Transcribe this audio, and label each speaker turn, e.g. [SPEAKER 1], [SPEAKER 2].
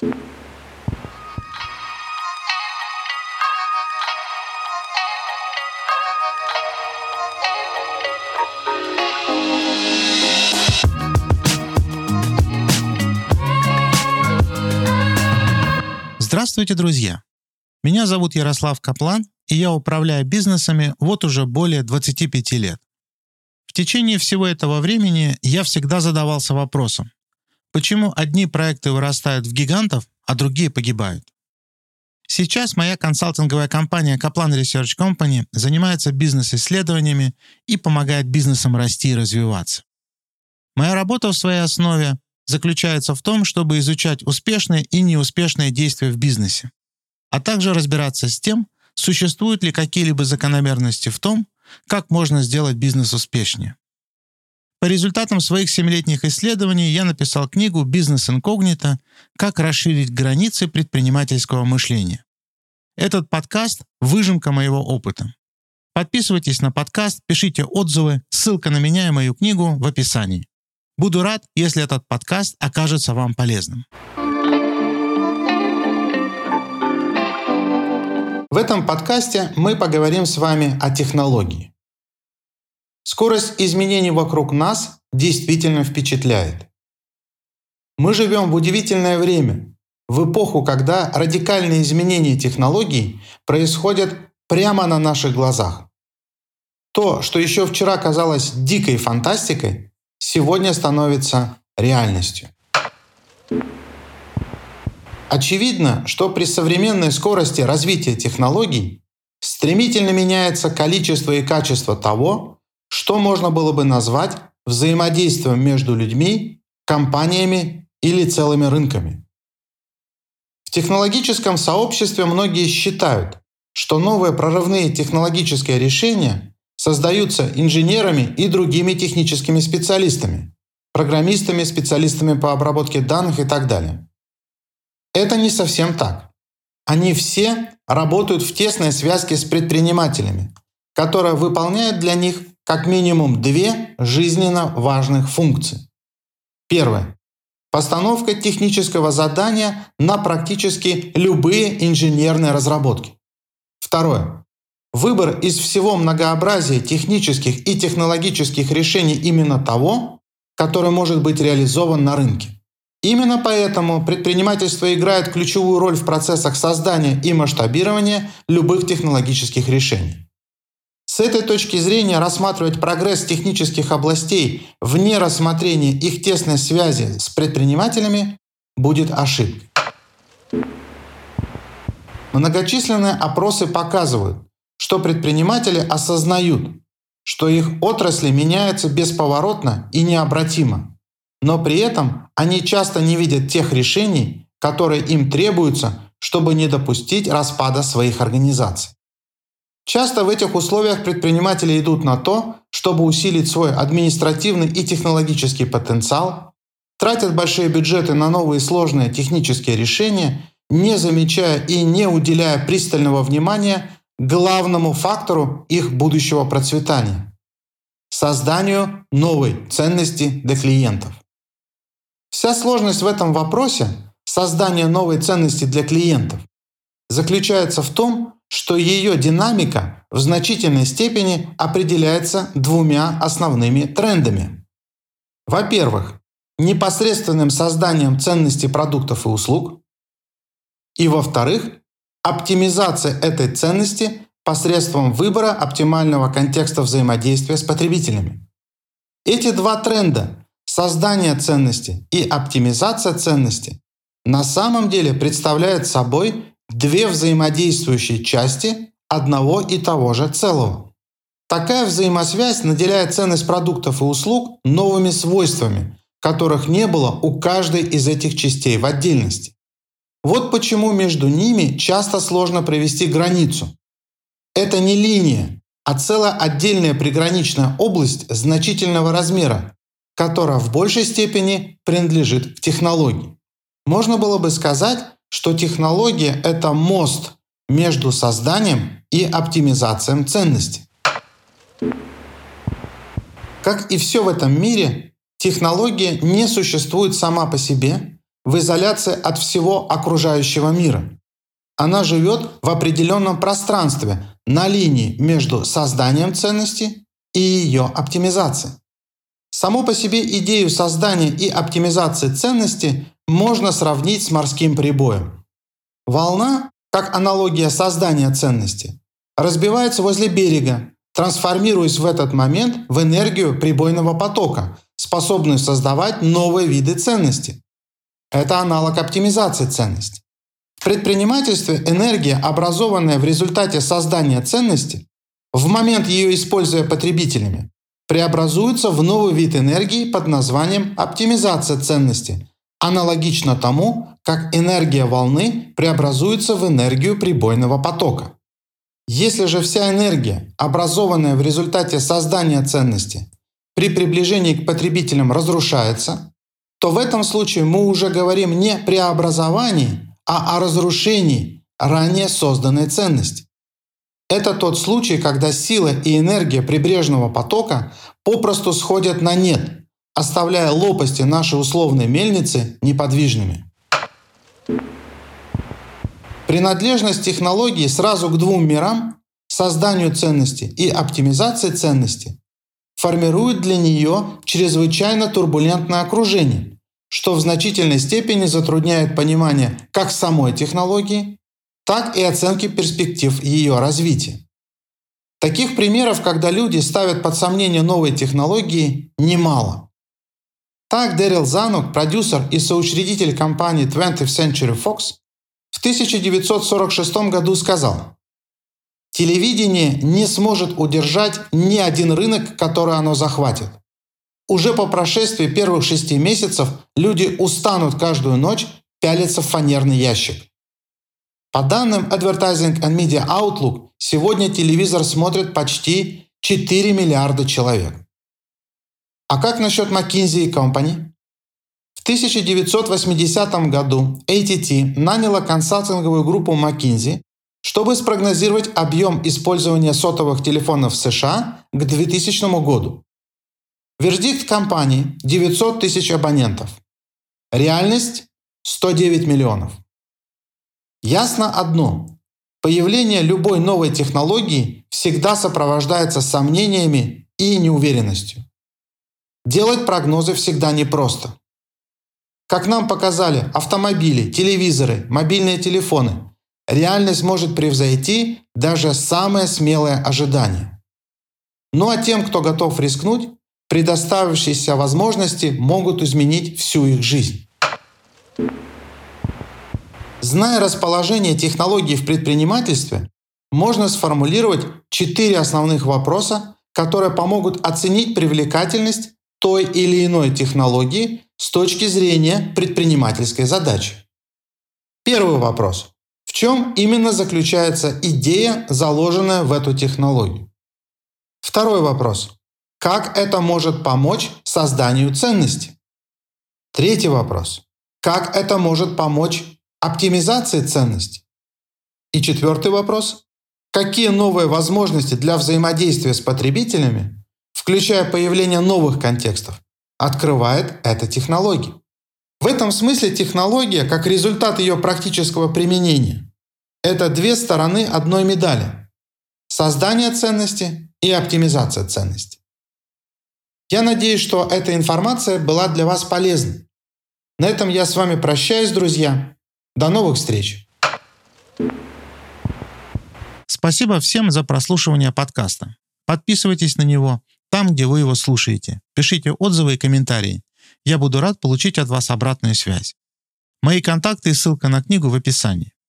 [SPEAKER 1] Здравствуйте, друзья! Меня зовут Ярослав Каплан, и я управляю бизнесами вот уже более 25 лет. В течение всего этого времени я всегда задавался вопросом, почему одни проекты вырастают в гигантов, а другие погибают? Сейчас моя консалтинговая компания Kaplan Research Company занимается бизнес-исследованиями и помогает бизнесам расти и развиваться. Моя работа в своей основе заключается в том, чтобы изучать успешные и неуспешные действия в бизнесе, а также разбираться с тем, существуют ли какие-либо закономерности в том, как можно сделать бизнес успешнее. По результатам своих 7-летних исследований я написал книгу «Бизнес инкогнито. Как расширить границы предпринимательского мышления». Этот подкаст – выжимка моего опыта. Подписывайтесь на подкаст, пишите отзывы, ссылка на меня и мою книгу в описании. Буду рад, если этот подкаст окажется вам полезным. В этом подкасте мы поговорим с вами о технологии. Скорость изменений вокруг нас действительно впечатляет. Мы живем в удивительное время, в эпоху, когда радикальные изменения технологий происходят прямо на наших глазах. То, что еще вчера казалось дикой фантастикой, сегодня становится реальностью. Очевидно, что при современной скорости развития технологий стремительно меняется количество и качество того, что можно было бы назвать взаимодействием между людьми, компаниями или целыми рынками. В технологическом сообществе многие считают, что новые прорывные технологические решения создаются инженерами и другими техническими специалистами, программистами, специалистами по обработке данных и так далее. Это не совсем так. Они все работают в тесной связке с предпринимателями, которые выполняют для них как минимум 2 жизненно важных функции. Первое. Постановка технического задания на практически любые инженерные разработки. Второе. Выбор из всего многообразия технических и технологических решений именно того, который может быть реализован на рынке. Именно поэтому предпринимательство играет ключевую роль в процессах создания и масштабирования любых технологических решений. С этой точки зрения рассматривать прогресс технических областей вне рассмотрения их тесной связи с предпринимателями будет ошибкой. Многочисленные опросы показывают, что предприниматели осознают, что их отрасли меняются бесповоротно и необратимо, но при этом они часто не видят тех решений, которые им требуются, чтобы не допустить распада своих организаций. Часто в этих условиях предприниматели идут на то, чтобы усилить свой административный и технологический потенциал, тратят большие бюджеты на новые сложные технические решения, не замечая и не уделяя пристального внимания главному фактору их будущего процветания – созданию новой ценности для клиентов. Вся сложность в этом вопросе – создания новой ценности для клиентов – заключается в том, что ее динамика в значительной степени определяется 2 основными трендами. Во-первых, непосредственным созданием ценности продуктов и услуг, и во-вторых, оптимизация этой ценности посредством выбора оптимального контекста взаимодействия с потребителями. Эти 2 тренда – создание ценности и оптимизация ценности – на самом деле представляют собой 2 взаимодействующие части одного и того же целого. Такая взаимосвязь наделяет ценность продуктов и услуг новыми свойствами, которых не было у каждой из этих частей в отдельности. Вот почему между ними часто сложно провести границу. Это не линия, а целая отдельная приграничная область значительного размера, которая в большей степени принадлежит к технологии. Можно было бы сказать, что технология – это мост между созданием и оптимизацией ценности. Как и все в этом мире, технология не существует сама по себе, в изоляции от всего окружающего мира. Она живет в определенном пространстве на линии между созданием ценности и ее оптимизацией. Саму по себе идею создания и оптимизации ценности можно сравнить с морским прибоем. Волна, как аналогия создания ценности, разбивается возле берега, трансформируясь в этот момент в энергию прибойного потока, способную создавать новые виды ценности. Это аналог оптимизации ценности. В предпринимательстве энергия, образованная в результате создания ценности, в момент ее используя потребителями, преобразуется в новый вид энергии под названием оптимизация ценности, аналогично тому, как энергия волны преобразуется в энергию прибойного потока. Если же вся энергия, образованная в результате создания ценности, при приближении к потребителям разрушается, то в этом случае мы уже говорим не о преобразовании, а о разрушении ранее созданной ценности. Это тот случай, когда сила и энергия прибрежного потока попросту сходят на нет, оставляя лопасти нашей условной мельницы неподвижными. Принадлежность технологии сразу к двум мирам, созданию ценности и оптимизации ценности, формирует для нее чрезвычайно турбулентное окружение, что в значительной степени затрудняет понимание как самой технологии, так и оценки перспектив ее развития. Таких примеров, когда люди ставят под сомнение новые технологии, немало. Так Дэрил Занук, продюсер и соучредитель компании 20th Century Fox, в 1946 году сказал: «Телевидение не сможет удержать ни один рынок, который оно захватит. Уже по прошествии первых 6 месяцев люди устанут каждую ночь пялиться в фанерный ящик». По данным Advertising and Media Outlook, сегодня телевизор смотрят почти 4 миллиарда человек. А как насчет McKinsey & Company? В 1980 году AT&T наняла консалтинговую группу McKinsey, чтобы спрогнозировать объем использования сотовых телефонов в США к 2000 году. Вердикт компании – 900 тысяч абонентов. Реальность – 109 миллионов. Ясно одно – появление любой новой технологии всегда сопровождается сомнениями и неуверенностью. Делать прогнозы всегда непросто. Как нам показали автомобили, телевизоры, мобильные телефоны, реальность может превзойти даже самые смелые ожидания. Ну а тем, кто готов рискнуть, предоставившиеся возможности могут изменить всю их жизнь. Зная расположение технологий в предпринимательстве, можно сформулировать 4 основных вопроса, которые помогут оценить привлекательность той или иной технологии с точки зрения предпринимательской задачи. Первый вопрос. В чем именно заключается идея, заложенная в эту технологию? Второй вопрос. Как это может помочь созданию ценности? Третий вопрос. Как это может помочь оптимизации ценности? И четвертый вопрос. Какие новые возможности для взаимодействия с потребителями, включая появление новых контекстов, открывает эта технология? В этом смысле технология, как результат ее практического применения, это 2 стороны одной медали – создание ценности и оптимизация ценности. Я надеюсь, что эта информация была для вас полезной. На этом я с вами прощаюсь, друзья. До новых встреч!
[SPEAKER 2] Спасибо всем за прослушивание подкаста. Подписывайтесь на него там, где вы его слушаете. Пишите отзывы и комментарии. Я буду рад получить от вас обратную связь. Мои контакты и ссылка на книгу в описании.